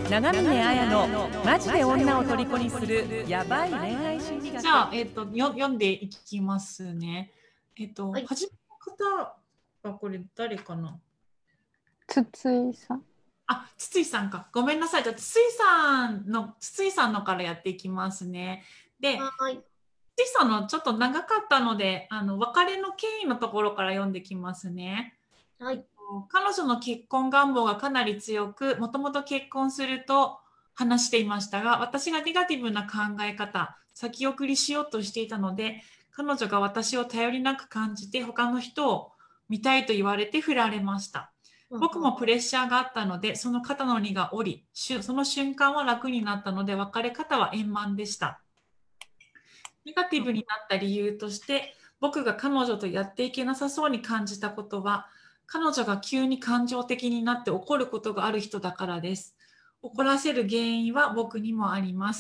長峰彩のマジで女を虜にするやばい恋愛心理学。 じゃあ、読んでいきますね。 はい、 初めの方はこれ誰かな。 筒井さん。 あ、筒井さんか。ごめんなさい。じゃあ筒井さんのからやっていきますね。で、 はい。 筒井さんのちょっと長かったので、別れの経緯のところから読んできますね。 はい。 彼女の結婚願望がかなり強く、もともと結婚すると話していましたが、私がネガティブな考え方、先送りしようとしていたので、彼女が私を頼りなく感じて、他の人を見たいと言われて振られました。僕もプレッシャーがあったので、その肩の荷が下り、その瞬間は楽になったので、別れ方は円満でした。ネガティブになった理由として、僕が彼女とやっていけなさそうに感じたことは、彼女が急に感情的になって怒ることがある人だからです。怒らせる原因は僕にもあります。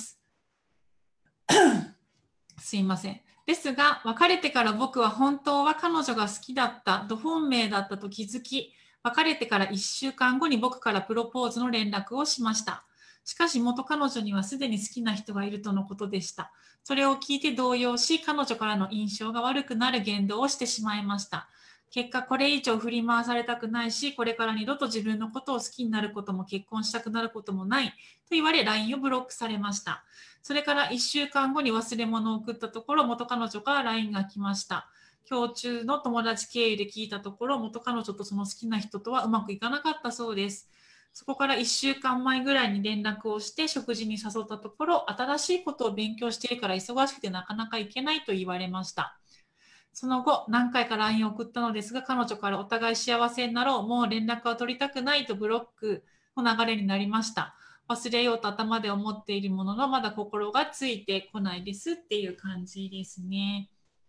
すいません。ですが、別れてから僕は本当は彼女が好きだった、ど本命だったと気づき、別れてから1週間後に僕からプロポーズの連絡をしました。しかし元彼女にはすでに好きな人がいるとのことでした。それを聞いて動揺し、彼女からの印象が悪くなる言動をしてしまいました。結果、これ以上振り回されたくないし、これから二度と自分のことを好きになることも結婚したくなることもないと言われ、LINE をブロックされました。それから1週間後に忘れ物を送ったところ、元彼女から LINE が来ました。共通の友達経由で聞いたところ、元彼女とその好きな人とはうまくいかなかったそうです。そこから1週間前ぐらいに連絡をして食事に誘ったところ、新しいことを勉強しているから忙しくてなかなか行けないと言われました。その後、何回か LINE を送ったのですが、彼女からお互い幸せになろう、もう連絡は取りたくないとブロックの流れになりました。忘れようと頭で思っているものの、まだ心がついてこないですっていう感じですね。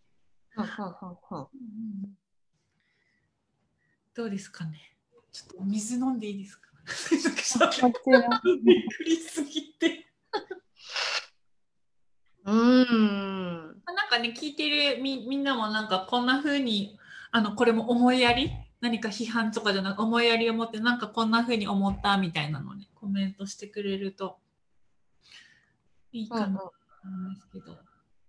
どうですかね。ちょっとお水飲んでいいですか。びっくりすぎて。なんかね、聞いてるみんなもなんかこんな風にこれも思いやり、何か批判とかじゃなく思いやりを持ってなんかこんな風に思ったみたいなのね、コメントしてくれるといいかなと思うんですけど。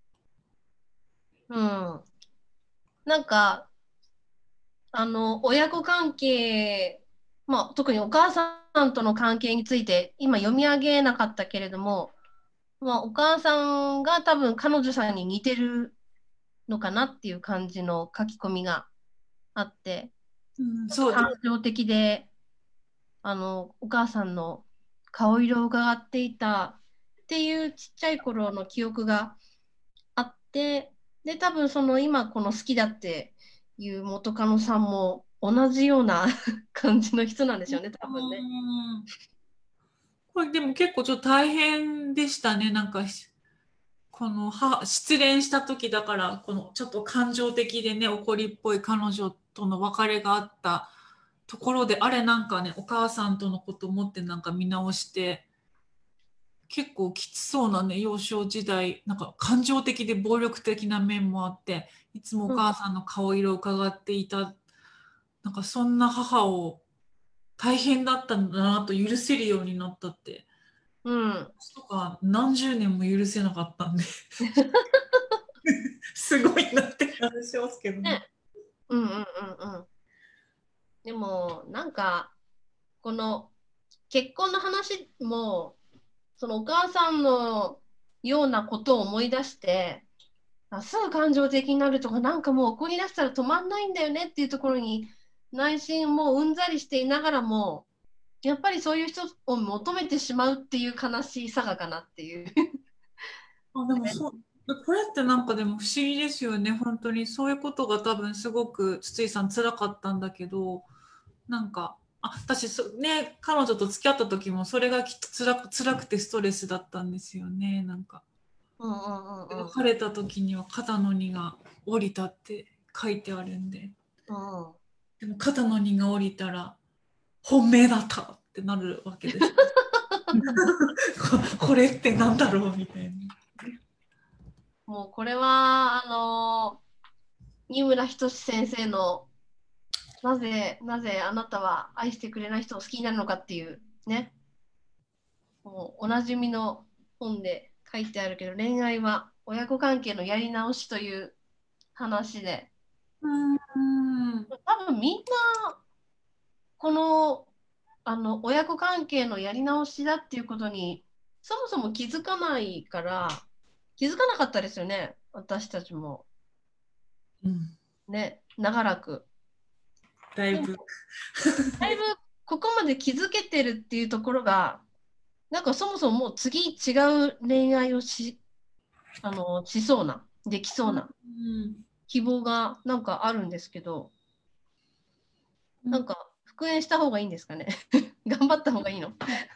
なんか親子関係、特にお母さんとの関係について今読み上げなかったけれども、お母さんが多分彼女さんに似てるのかなっていう感じの書き込みがあって、感情的でお母さんの顔色を伺っていたっていうちっちゃい頃の記憶があって、で多分その今この好きだっていう元カノさんも同じような感じの人なんでしょうね、多分ね。 これでも結構ちょっと大変でしたね。なんかこの失恋した時だからこのちょっと感情的でね怒りっぽい彼女との別れがあったところであれなんかねお母さんとのこと思ってなんか見直して結構きつそうなね幼少時代なんか感情的で暴力的な面もあっていつもお母さんの顔色を伺っていた、なんかそんな母を大変だったんだなと許せるようになったって、とか何十年も許せなかったんですごいなって感じしますけどね。 でもなんかこの結婚の話もそのお母さんのようなことを思い出してすぐ感情的になるとかなんかもう怒り出したら止まんないんだよねっていうところに内心もううんざりしていながらもやっぱりそういう人を求めてしまうっていう悲しさがかなっていう。 でもこれってなんかでも不思議ですよね。本当にそういうことが多分すごく筒井さん辛かったんだけど、なんか私ね彼女と付き合った時もそれがきっと辛くてストレスだったんですよね。なんか別れた時には肩の荷が下りたって書いてあるんで、でも肩の荷が下りたら本命だったってなるわけです。これってなんだろうみたいな。 もうこれは二村仁先生のなぜあなたは愛してくれない人を好きになるのかっていうね。 もうおなじみの本で書いてあるけど、恋愛は親子関係のやり直しという話で、 うん。 多分みんなこの、親子関係のやり直しだっていうことにそもそも気づかないから気づかなかったですよね、私たちもうん。 ね、長らく。でもだいぶ。 だいぶここまで気づけてるっていうところが、なんかそもそももう次違う恋愛をしそうな、できそうなうん。 希望がなんかあるんですけど、 うん。 なんか復縁した方がいいんですかね。頑張った方がいいの。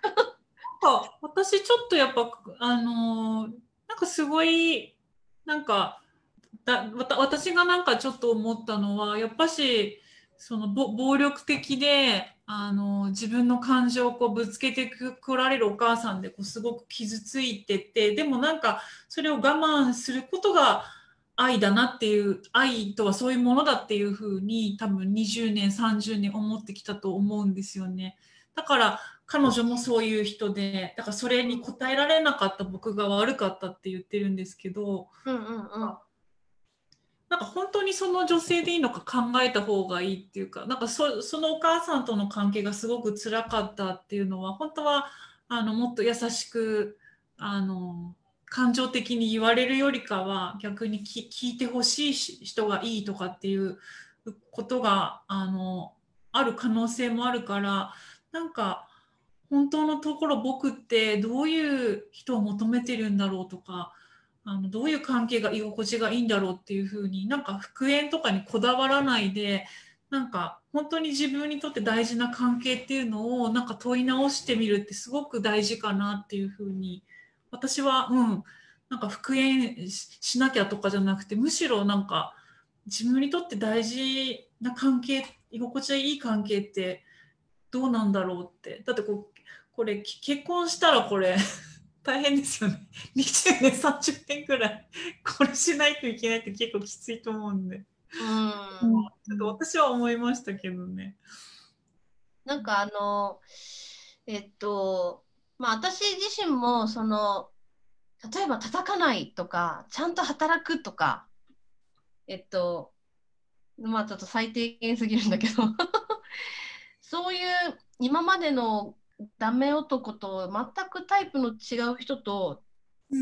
私ちょっとやっぱなんかすごいなんか私がなんかちょっと思ったのはやっぱしその暴力的で自分の感情をこうぶつけてこられるお母さんでこうすごく傷ついてて、でもなんかそれを我慢することが愛だなっていう、愛とはそういうものだっていうふうに多分20年30年思ってきたと思うんですよね。だから彼女もそういう人で、だからそれに応えられなかった僕が悪かったって言ってるんですけど、 うんうんうん。 なんか本当にその女性でいいのか考えた方がいいっていうか、なんかそのお母さんとの関係がすごく辛かったっていうのは、本当はもっと優しくあの感情的に言われるよりかは、逆に聞いてほしい人がいいとかっていうことがある可能性もあるから、なんか本当のところ僕ってどういう人を求めてるんだろうとか、どういう関係が居心地がいいんだろうっていうふうになんか復縁とかにこだわらないで、なんか本当に自分にとって大事な関係っていうのをなんか問い直してみるってすごく大事かなっていうふうに私は、なんか復縁しなきゃとかじゃなくて、むしろなんか自分にとって大事な関係、居心地がいい関係ってどうなんだろうって。だってこれ結婚したらこれ大変ですよね。20年、30年くらいこれしないといけないって結構きついと思うんで。 ううん。 ん。 ちょっと私は思いましたけどね。 なんかえっと、まあ私自身も例えば叩かないとか、ちゃんと働くとか、えっと、まあちょっと最低限すぎるんだけどそういう今までのダメ男と全くタイプの違う人とうん。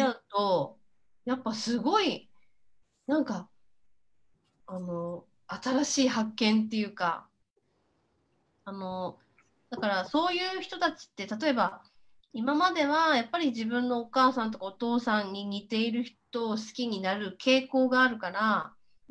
付き合うと、やっぱすごい、なんか、新しい発見っていうか、あの、だからそういう人たちって、例えば、今まではやっぱり自分のお母さんとかお父さんに似ている人を好きになる傾向があるから、 うん。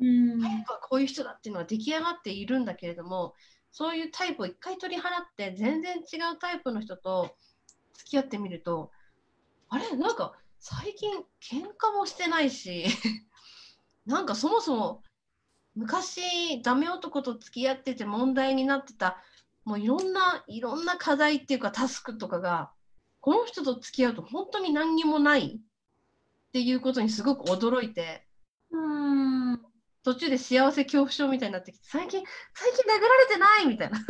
こういう人だっていうのは出来上がっているんだけれども、そういうタイプを一回取り払って、全然違うタイプの人と付き合ってみると、あれ、なんか最近喧嘩もしてないし、なんかそもそも昔ダメ男と付き合ってて問題になってた、もういろんな課題っていうかタスクとかが、この人と付き合うと本当に何にもないっていうことにすごく驚いて、 うん。うん。 途中で幸せ恐怖症みたいになってきて、最近殴られてないみたいな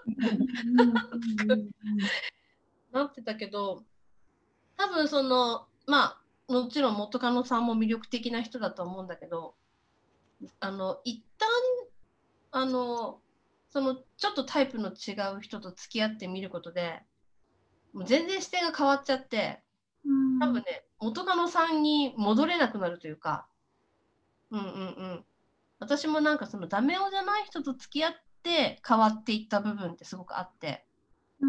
なってたけど、多分まあ、もちろん元カノさんも魅力的な人だと思うんだけど、一旦、あの、ちょっとタイプの違う人と付き合ってみることで、もう全然視点が変わっちゃって、 うん。 多分ね、元カノさんに戻れなくなるというか、うんうんうん。私もなんかダメ男じゃない人と付き合って変わっていった部分ってすごくあって、 うん。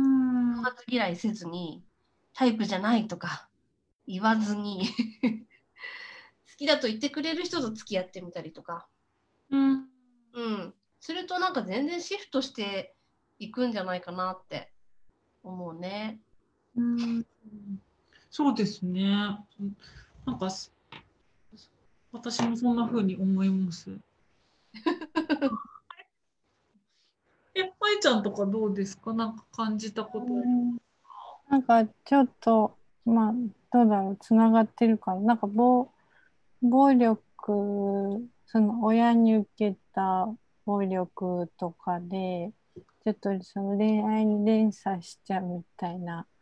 友達嫌いせずに、タイプじゃないとか言わずに好きだと言ってくれる人と付き合ってみたりとか、 うん。 うん。するとなんか全然シフトしていくんじゃないかなって思うね。 うん。そうですね。なんか私もそんな風に思います。まいちゃんとかどうですか？なんか感じたこと。 なんかちょっと、まあ、どうだろう、つながってるかな。なんか暴力、その親に受けた暴力とかで、ちょっとその恋愛に連鎖しちゃうみたいな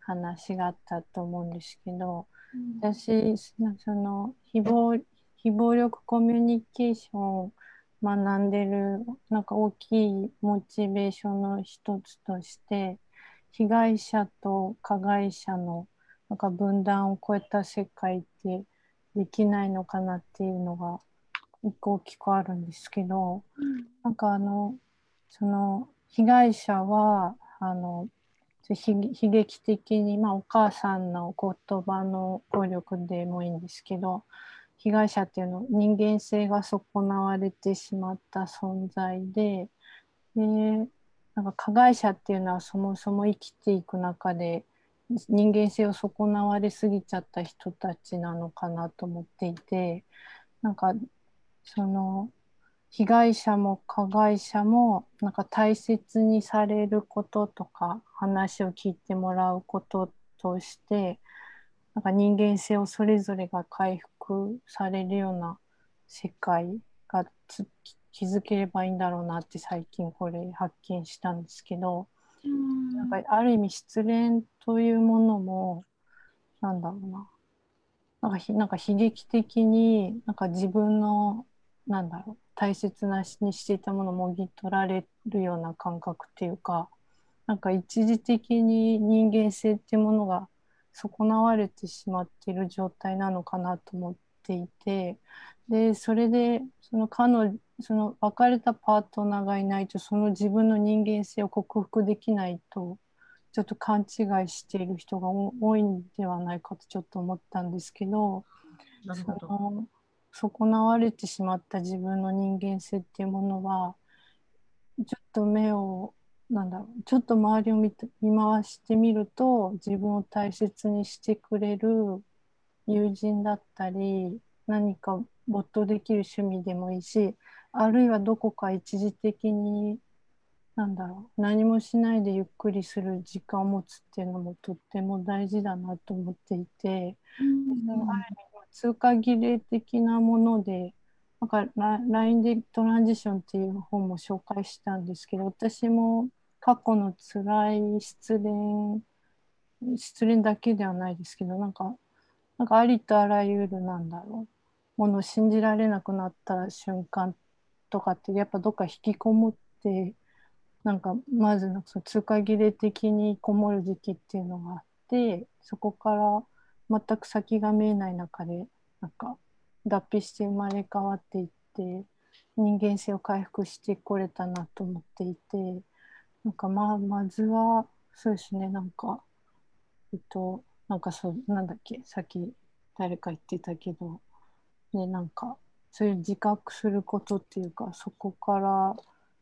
話があったと思うんですけど、 うん私、その非暴力コミュニケーションを学んでるなんか大きいモチベーションの一つとして、被害者と加害者のなんか分断を超えた世界ってできないのかなっていうのが一個大きくあるんですけど、なんかその被害者は悲劇的に、まあ、お母さんの言葉の暴力でもいいんですけど、被害者っていうのは人間性が損なわれてしまった存在で、なんか加害者っていうのはそもそも生きていく中で人間性を損なわれすぎちゃった人たちなのかなと思っていて、なんかその被害者も加害者もなんか大切にされることとか話を聞いてもらうこととしてなんか人間性をそれぞれが回復されるような世界が築ければいいんだろうなって最近これ発見したんですけど、なんかある意味失恋というものもなんだろうな、なんか悲劇的になんか自分のなんだろう大切なにしていたものをもぎ取られるような感覚っていうか、なんか一時的に人間性っていうものが損なわれてしまっている状態なのかなと思っていて、でそれでその別れたパートナーがいないとその自分の人間性を克服できないとちょっと勘違いしている人が多いんではないかとちょっと思ったんですけど、そなるほど。 の損なわれてしまった自分の人間性っていうものはちょっと目をちょっと周りを見回してみると自分を大切にしてくれる友人だったり何か没頭できる趣味でもいいし、あるいはどこか一時的に何もしないでゆっくりする時間を持つっていうのもとっても大事だなと思っていて、そのある意味通過儀礼的なもので、なんかLINE でトランジションっていう本も紹介したんですけど、私も過去の辛い失恋だけではないですけど、なんかありとあらゆるものを信じられなくなった瞬間とかってやっぱどっか引きこもってまずその通過儀礼的にこもる時期っていうのがあって、そこから全く先が見えない中でなんか脱皮して生まれ変わっていって人間性を回復してこれたなと思っていて、まずはそうですね、なんだっけ、さっき誰か言ってたけどね、そういう自覚することっていうか、そこから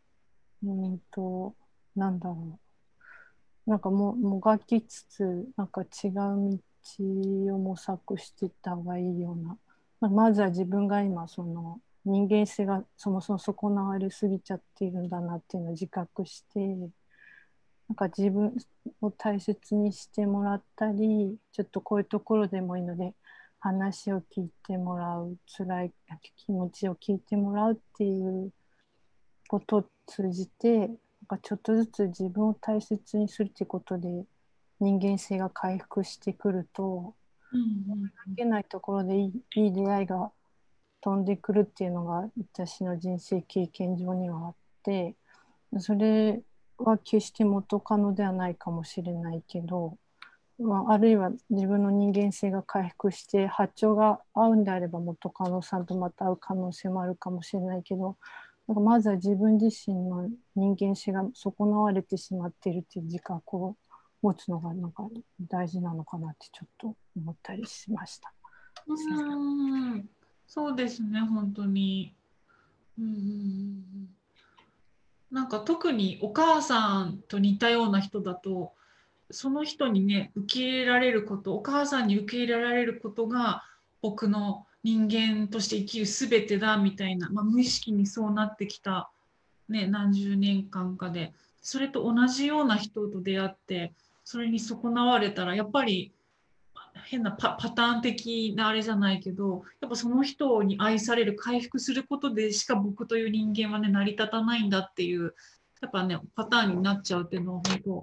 なんだろもがきつつ、違う道を模索していった方がいいような、まずは自分が今、その人間性がそもそも損なわれすぎちゃっているんだなっていうのを自覚して、自分を大切にしてもらったり、ちょっとこういうところでもいいので、話を聞いてもらう、辛い気持ちを聞いてもらうっていうことを通じて、ちょっとずつ自分を大切にするっていうことで人間性が回復してくると、いけないところでいい出会いが飛んでくるっていうのが私の人生経験上にはあって、それは決して元カノではないかもしれないけど、あるいは自分の人間性が回復して波長が合うんであれば元カノさんとまた会う可能性もあるかもしれないけど、まずは自分自身の人間性が損なわれてしまっているという自覚を持つのが大事なのかなってちょっと思ったりしました。 そうですね、本当に。なんか特にお母さんと似たような人だと、その人にね、受け入れられること、お母さんに受け入れられることが僕の人間として生きる全てだみたいな、無意識にそうなってきた、ね、何十年間かで、それと同じような人と出会って、それに損なわれたら、やっぱり変なパターン的なあれじゃないけど、やっぱその人に愛される、回復することでしか僕という人間はね、成り立たないんだっていう、やっぱね、パターンになっちゃうっていうのは本当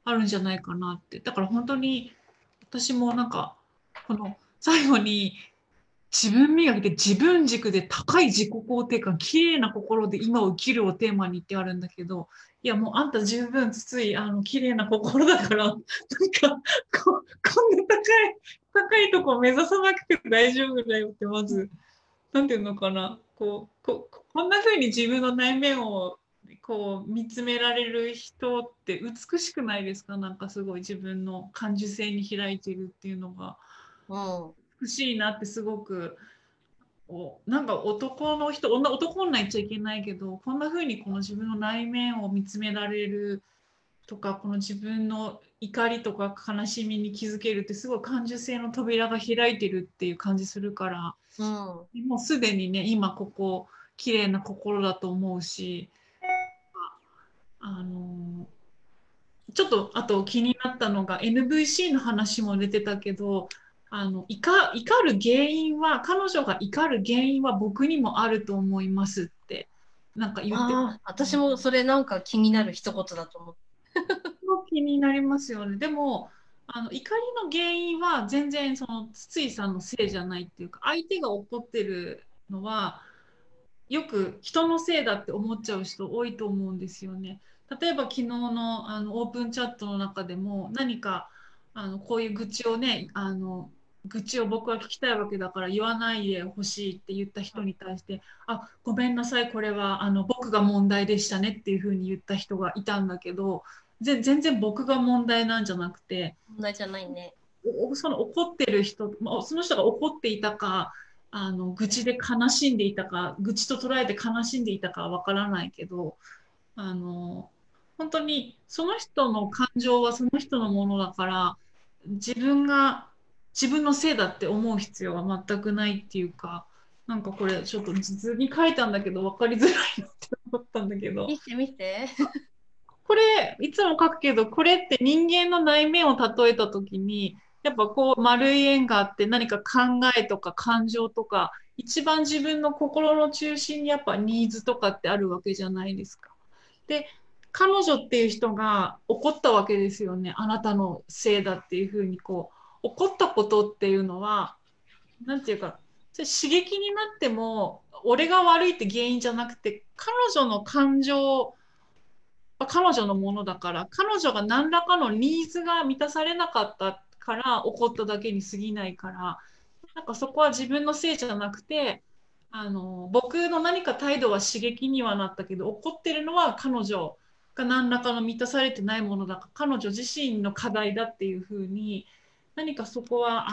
あるんじゃないかなって。だから本当に私もなんかこの最後に自分磨きで自分軸で高い自己肯定感、綺麗な心で今を生きるをテーマにってあるんだけど、いやもうあんた十分筒井、綺麗な心だから、なんかこんな高いとこ目指さなくて大丈夫だよってまず、なんていうのかな、こんな風に自分の内面をこう見つめられる人って美しくないですか？なんかすごい自分の感受性に開いてるっていうのがうん。 美しいなってすごく。なんか男の人、男女言っちゃいけないけど、こんな風にこの自分の内面を見つめられるとか、この自分の怒りとか悲しみに気づけるってすごい感受性の扉が開いてるっていう感じするから、 うん。 もうすでにね、今ここ綺麗な心だと思うし、あのちょっとあと気になったのが NVC の話も出てたけど、怒る原因は、彼女が怒る原因は僕にもあると思いますってなんか言ってまああ、私もそれなんか気になる一言だと思って。 すごく気になりますよね。でも怒りの原因は全然その筒井さんのせいじゃないっていうか、相手が怒ってるのはよく人のせいだって思っちゃう人多いと思うんですよね。例えば昨日の、オープンチャットの中でも何かこういう愚痴をね愚痴を僕は聞きたいわけだから言わないでほしいって言った人に対してごめんなさい、これは僕が問題でしたねっていうふうに言った人がいたんだけど、全然僕が問題なんじゃなくて、 問題じゃないね。 その怒ってる人、その人が怒っていたか、愚痴で悲しんでいたか、愚痴と捉えて悲しんでいたかはわからないけど、あの、本当にその人の感情はその人のものだから、自分が自分のせいだって思う必要は全くないっていうか、なんかこれちょっと図に書いたんだけど分かりづらいなって思ったんだけど、 見て見て。 これいつも書くけど、これって人間の内面を例えた時にやっぱこう丸い円があって何か考えとか感情とか一番自分の心の中心にやっぱニーズとかってあるわけじゃないですか。で彼女っていう人が怒ったわけですよね。あなたのせいだっていうふうに怒ったことっていうのはなんていうかそれ刺激になっても俺が悪いって原因じゃなくて彼女の感情彼女のものだから、彼女が何らかのニーズが満たされなかったから怒っただけに過ぎないから、なんかそこは自分のせいじゃなくて、僕の何か態度は刺激にはなったけど、怒ってるのは彼女が何らかの満たされてないものだから、彼女自身の課題だっていうふうに、何かそこは、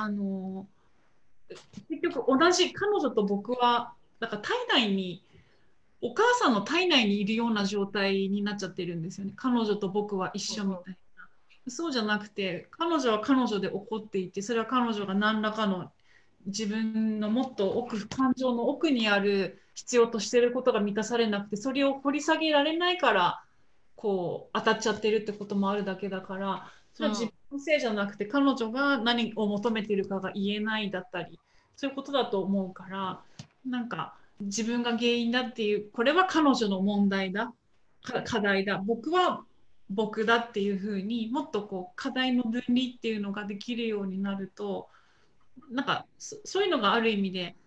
結局同じ、彼女と僕は、だから体内にお母さんの体内にいるような状態になっちゃってるんですよね。彼女と僕は一緒みたいな。そうじゃなくて、彼女は彼女で怒っていて、それは彼女が何らかの自分のもっと感情の奥にある必要としていることが満たされなくて、それを掘り下げられないから、当たっちゃってるってこともあるだけだから、それは自分のせいじゃなくて、彼女が何を求めているかが言えないだったり、そういうことだと思うから、なんか、自分が原因だっていう、これは彼女の問題だ、課題だ、僕は僕だっていうふうにもっと課題の分離っていうのができるようになると、なんかそういうのがある意味で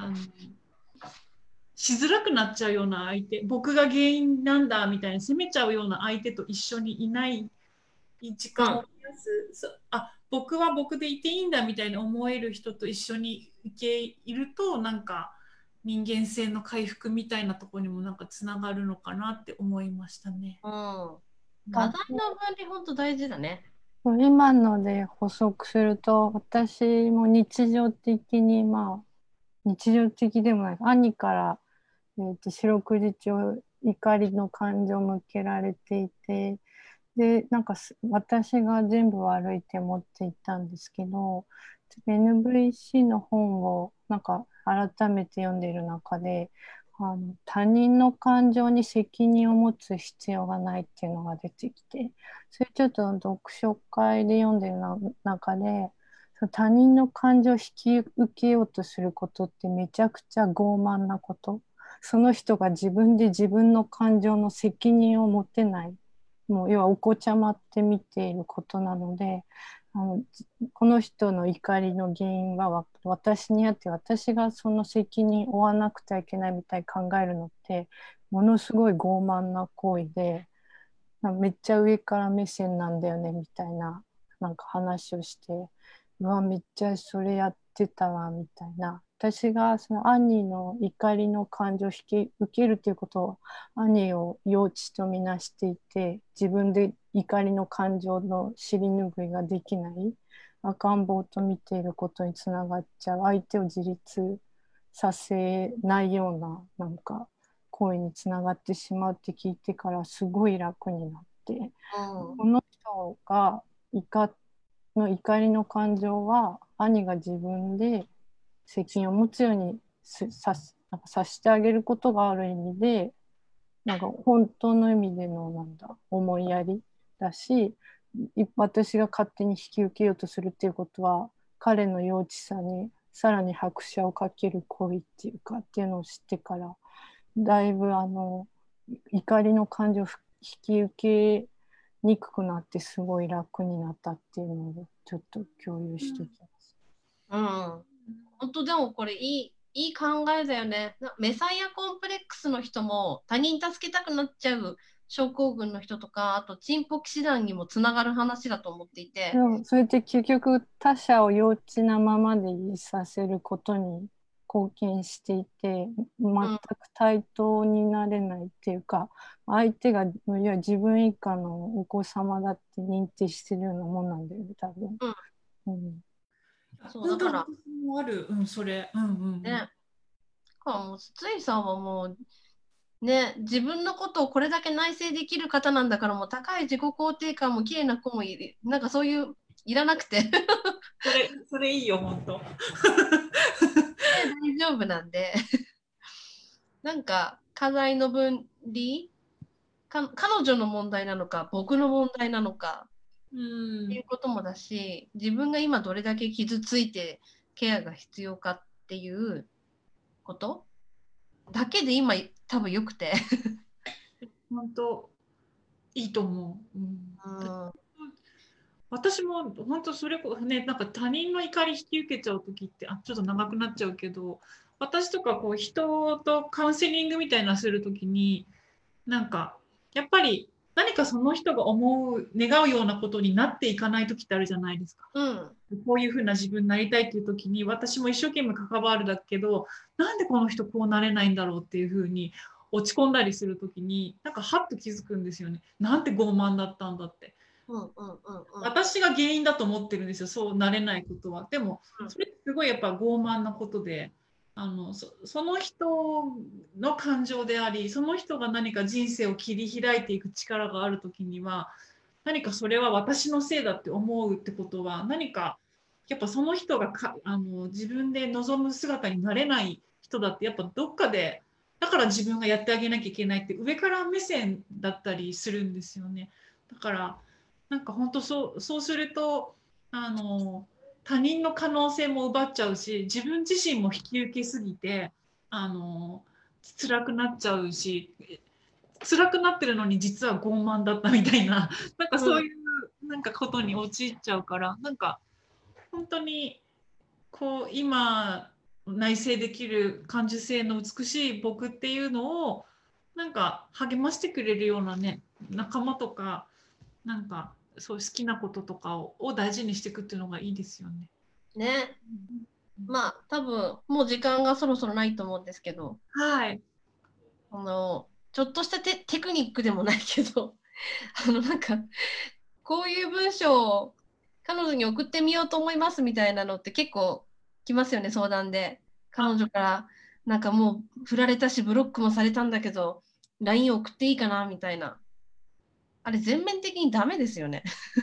しづらくなっちゃうような相手、僕が原因なんだみたいに責めちゃうような相手と一緒にいない時間を増やす、僕は僕でいていいんだみたいに思える人と一緒にいると、なんか人間性の回復みたいなところにもなんかつながるのかなって思いましたね。 うん。 うん課題の分離、本当大事だね。 今ので補足すると、私も日常的に、日常的でもない、兄から、四六時中怒りの感情を向けられていて、で、なんか私が全部悪いって思っていたんですけど、NVC の本をなんか改めて読んでいる中で、他人の感情に責任を持つ必要がないっていうのが出てきて、それちょっと読書会で読んでる中で、その他人の感情を引き受けようとすることってめちゃくちゃ傲慢なこと。その人が自分で自分の感情の責任を持てない。 もう要はお子ちゃまって見ていることなので、この人の怒りの原因は私にあって、私がその責任を負わなくてはいけないみたいに考えるのってものすごい傲慢な行為で、めっちゃ上から目線なんだよねみたいな、なんか話をして、うわめっちゃそれやってたわみたいな。私がその兄の怒りの感情を受けるということを兄を幼稚とみなしていて、自分で怒りの感情の尻拭いができない、赤ん坊と見ていることにつながっちゃう、相手を自立させないようななんか行為につながってしまうって聞いてからすごい楽になって、この人が怒りの感情は兄が自分で責任を持つようになんかさしてあげることがある意味で、なんか本当の意味での思いやりだし、私が勝手に引き受けようとするっていうことは彼の幼稚さにさらに拍車をかける行為っていうかっていうのを知ってから、だいぶ怒りの感情を引き受けにくくなってすごい楽になったっていうのをちょっと共有しておきます。 本当でもこれいい考えだよね。メサイアコンプレックスの人も他人助けたくなっちゃう症候群の人とか、あとチンポ騎士団にもつながる話だと思っていて。 それって結局他者を幼稚なままでいさせることに貢献していて、全く対等になれないっていうか、相手がいや自分以下のお子様だって認定してるようなもんなんだよね、多分。 そうだからもある、それ。 ね。もう筒井さんはもうね、自分のことをこれだけ内省できる方なんだから、もう高い自己肯定感も綺麗な子もなんかそういういらなくてそれいいよ本当大丈夫なんでなんか課題の分離彼女の問題なのか僕の問題なのかっていうこともだし、自分が今どれだけ傷ついてケアが必要かっていうことだけで今多分よくて本当いいと思う。私も本当それこそね、なんか他人の怒り引き受けちゃう時ってちょっと長くなっちゃうけど、私とかこう人とカウンセリングみたいなする時になんかやっぱり何かその人が願うようなことになっていかない時ってあるじゃないですか。こういうふうな自分になりたいっていう時に私も一生懸命関わるだけど、なんでこの人こうなれないんだろうっていうふうに落ち込んだりする時になんかハッと気づくんですよね。なんて傲慢だったんだって。私が原因だと思ってるんですよ、そうなれないことは。でもそれすごいやっぱ傲慢なことで、その人の感情であり、その人が何か人生を切り開いていく力がある時には、何かそれは私のせいだって思うってことは、何かやっぱその人が自分で望む姿になれない人だってやっぱどっかで、だから自分がやってあげなきゃいけないって上から目線だったりするんですよね。だからなんか本当そうすると他人の可能性も奪っちゃうし、自分自身も引き受けすぎて辛くなっちゃうし、辛くなってるのに実は傲慢だったみたいな、なんかそういうなんかことに陥っちゃうから、なんか本当にこう今内省できる感受性の美しい僕っていうのをなんか励ましてくれるようなね、仲間とかなんかそういう好きなこととかを大事にしていくっていうのがいいですよね。 ね。まあ多分もう時間がそろそろないと思うんですけど、 はい。 ちょっとしたテクニックでもないけどなんかこういう文章を彼女に送ってみようと思いますみたいなのって結構来ますよね、相談で。彼女からなんかもう振られたしブロックもされたんだけど LINE 送っていいかなみたいな。あれ全面的にダメですよね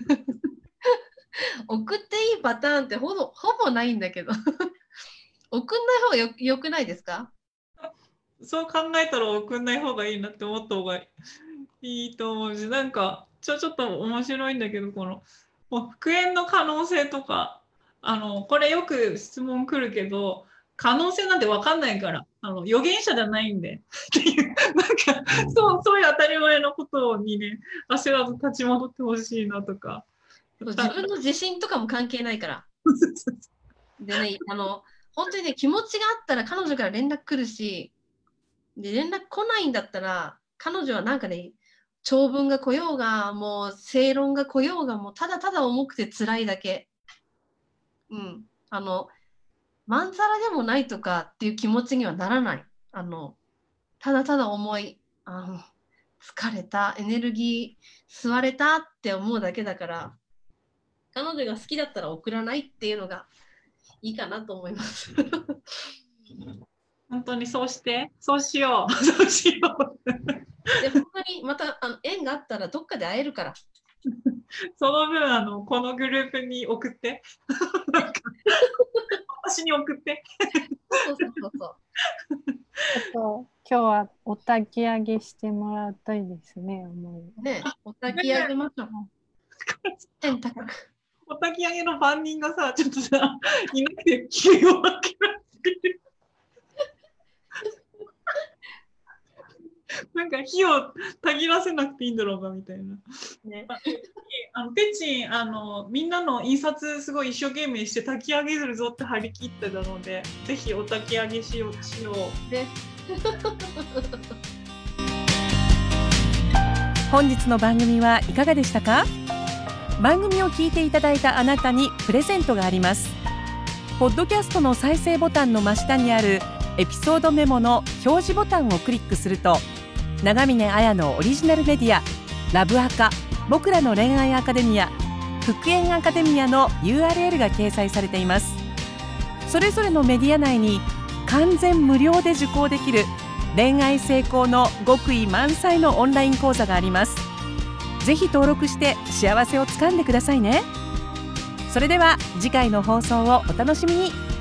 送っていいパターンってほぼないんだけど送んない方がよくないですか？ そう考えたら送んない方がいいなって思った方がいいと思うし、なんかちょっと面白いんだけど、このもう復縁の可能性とかこれよく質問来るけど、 可能性なんて分かんないから、預言者じゃないんでっていう、なんかそういう当たり前のことにね、焦らず立ち戻ってほしいなとか。 自分の自信とかも関係ないから。でね、本当にね、気持ちがあったら彼女から連絡来るし、で、連絡来ないんだったら、彼女はなんかね、長文が来ようが、もう正論が来ようが、もうただただ重くて辛いだけ。うん。まんざらでもないとかっていう気持ちにはならない。ただただ重い。疲れた、エネルギー吸われたって思うだけだから、彼女が好きだったら送らないっていうのがいいかなと思います。 本当にそうしよう。そうしよう。 で、本当にまた縁があったらどっかで会えるから。 その分このグループに送って。私に送って。 今日はお焚き上げしてもらいたいですね。 ね、お焚き上げましょう。天高く。 お焚き上げの番人がさ、ちょっとさ、いなくて気が弱くなってる。なんか火をたぎらせなくていいんだろうかみたいな。ね、ペチンみんなの印刷すごい一生懸命して焚き上げるぞって張り切ってたので、ぜひお焚き上げしよう。 で本日の番組はいかがでしたか？番組を聞いていただいたあなたにプレゼントがあります。ポッドキャストの再生ボタンの真下にあるエピソードメモの表示ボタンをクリックすると、長峰綾のオリジナルメディアラブアカ、僕らの恋愛アカデミア、復縁アカデミアの URL が掲載されています。それぞれのメディア内に完全無料で受講できる恋愛成功の極意満載のオンライン講座があります。ぜひ登録して幸せをつかんでくださいね。それでは次回の放送をお楽しみに。